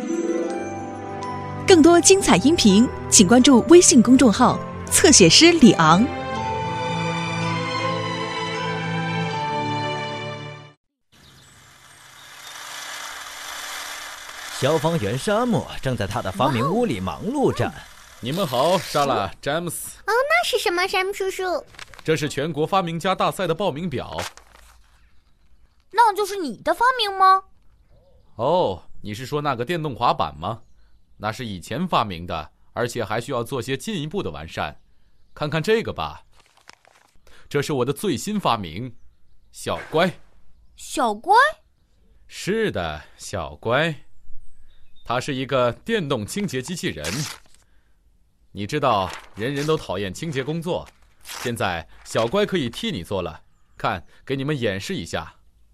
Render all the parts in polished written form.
更多精彩音频，请关注微信公众号“侧写师李昂”。 消防员沙漠正在他的发明屋里忙碌着。 你们好，莎拉、詹姆斯。 哦，那是什么，山姆叔叔？ 这是全国发明家大赛的报名表。 那就是你的发明吗？ 哦，你是说那个电动滑板吗？那是以前发明的，而且还需要做些进一步的完善。看看这个吧，这是我的最新发明，小乖。 小乖？ 是的，小乖。它是一个电动清洁机器人。你知道，人人都讨厌清洁工作，现在小乖可以替你做了。看，给你们演示一下。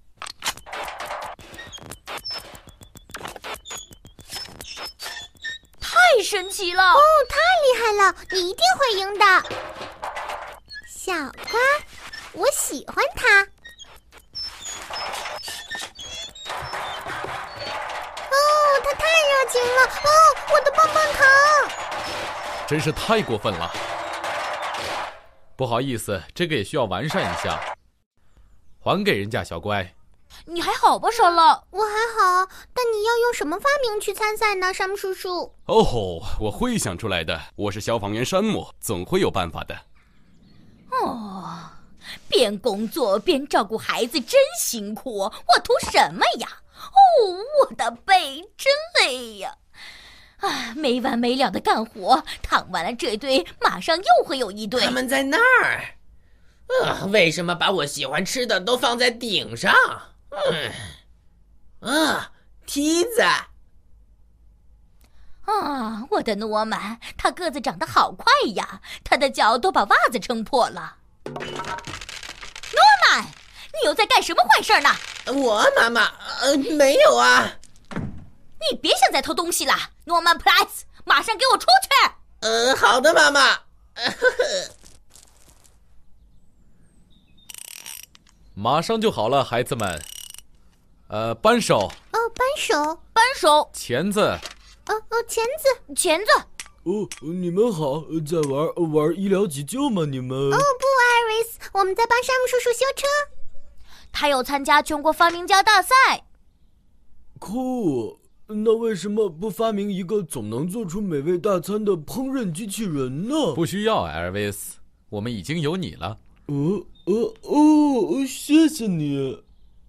太神奇了！ 哦，太厉害了，你一定会赢的。小乖，我喜欢它。哦，它太热情了。哦，我的棒棒糖。 真是太过分了。不好意思，这个也需要完善一下。还给人家，小乖。 你还好吧，莎拉？ 我还好，但你要用什么发明去参赛呢，山姆叔叔？ 哦吼，我会想出来的。我是消防员山姆，总会有办法的。 哦，边工作边照顾孩子真辛苦，我图什么呀？哦，我的背真累呀！啊，没完没了的干活，躺完了这堆，马上又会有一堆。 他们在那儿。为什么把我喜欢吃的都放在顶上？梯子。 啊，我的诺曼，他个子长得好快呀，他的脚都把袜子撑破了。诺曼，你又在干什么坏事呢？ 我妈妈，没有啊。 你别想再偷东西了，诺曼·普莱斯，马上给我出去！ 好的，妈妈。 马上就好了，孩子们。扳手。 哦，扳手。 扳手。 钳子。 钳子。 钳子。 哦，你们好，在玩医疗急救吗？你们？ 哦不，艾瑞斯，我们在帮山姆叔叔修车。 他有参加全国发明家大赛。 酷，那为什么不发明一个总能做出美味大餐的烹饪机器人呢？ 不需要，艾瑞斯，我们已经有你了。 谢谢你。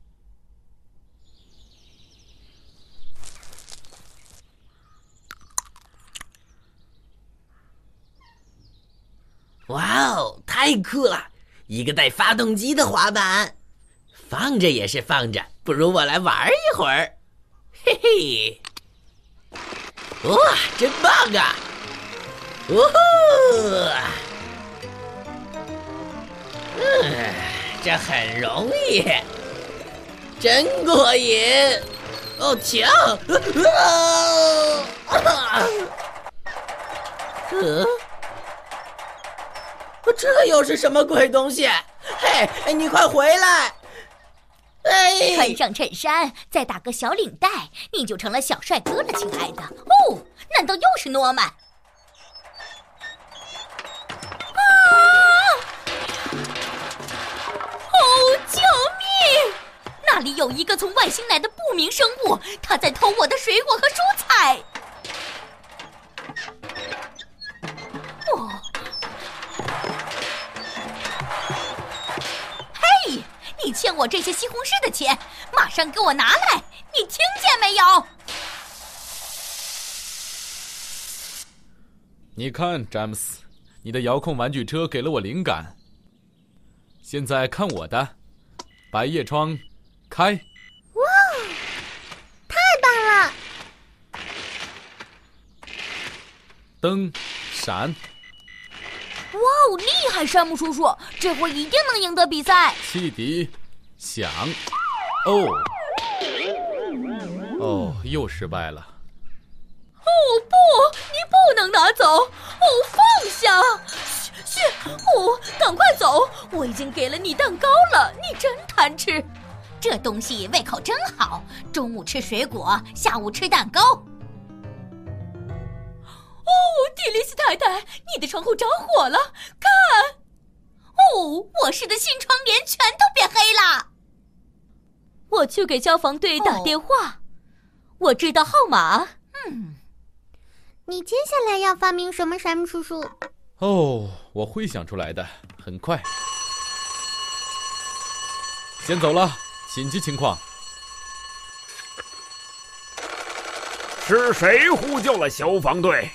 哇哦，太酷了！一个带发动机的滑板，放着也是放着，不如我来玩一会儿。嘿嘿，哇，真棒啊！这很容易，真过瘾。哦，瞧，这又是什么鬼东西？嘿，你快回来！ 穿上衬衫，再打个小领带，你就成了小帅哥了，亲爱的。哦，难道又是诺曼？救命！那里有一个从外星来的不明生物，他在偷我的水果和蔬菜。嘿，你欠我这些西红柿的钱，马上给我拿来！你听见没有？ 你看，詹姆斯，你的遥控玩具车给了我灵感。现在看我的，百叶窗开。 哇，太棒了！ 灯闪。 哇哦，厉害，山姆叔叔，这回一定能赢得比赛。 汽笛响。哦，又失败了。 哦不，你不能拿走！哦，放下！嘘，哦，赶快走！我已经给了你蛋糕了，你真贪吃。这东西胃口真好，中午吃水果，下午吃蛋糕。 迪丽斯太太，你的窗户着火了，看！哦，卧室的新窗帘全都变黑了。我去给消防队打电话，我知道号码。 你接下来要发明什么，山姆叔叔？ 哦，我会想出来的，很快。先走了，紧急情况。 是谁呼叫了消防队？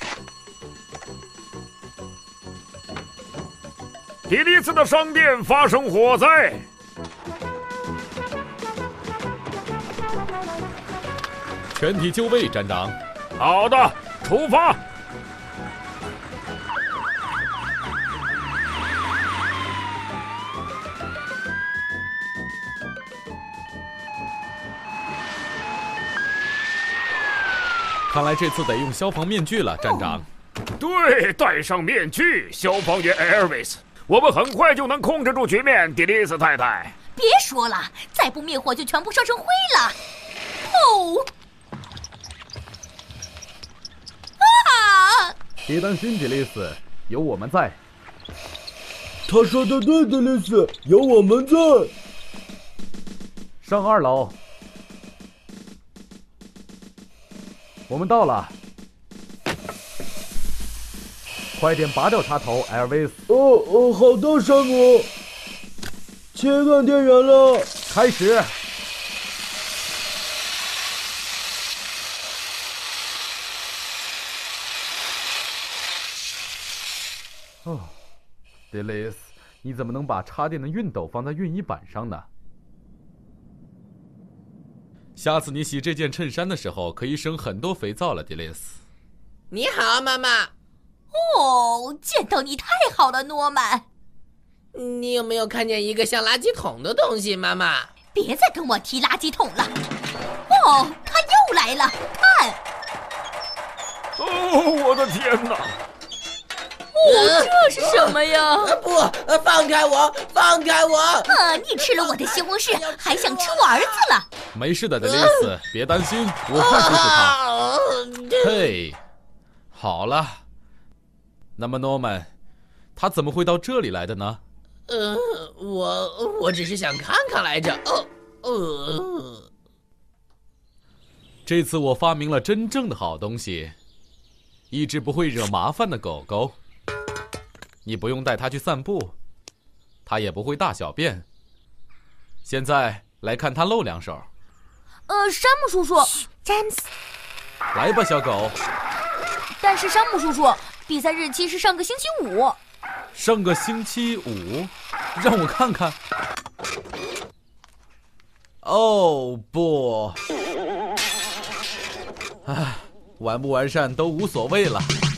迪丽斯的商店发生火灾。 全体就位，站长。 好的，出发。 看来这次得用消防面具了，站长。 对，戴上面具，消防员 Elvis， 我们很快就能控制住局面，迪丽斯太太。 别说了，再不灭火就全部烧成灰了。哦！啊！ 别担心，迪丽斯，有我们在。 他说的对，迪丽斯，有我们在。 上2楼。我们到了，快点拔掉插头 ，Elvis。 好的，山姆。切断电源了， 开始。迪丽斯，你怎么能把插电的熨斗放在熨衣板上呢？下次你洗这件衬衫的时候，可以省很多肥皂了，迪丽斯。 你好，妈妈。 哦，见到你太好了，诺曼。 你有没有看见一个像垃圾桶的东西，妈妈？ 别再跟我提垃圾桶了。哦，他又来了，看。 哦，我的天哪！ 这是什么呀？ 不，放开我，放开我！ 你吃了我的西红柿，还想吃我儿子了？ 没事的，迪丽斯，别担心，我会收拾他。嘿，好了。那么，诺曼，他怎么会到这里来的呢？ 我只是想看看来着。 这次我发明了真正的好东西，一只不会惹麻烦的狗狗。你不用带它去散步，它也不会大小便。现在来看它露2手。 山姆叔叔， 詹姆斯， 来吧，小狗。 但是山姆叔叔，比赛日期是上个星期五。 上个星期五？让我看看。哦不，完不完善都无所谓了。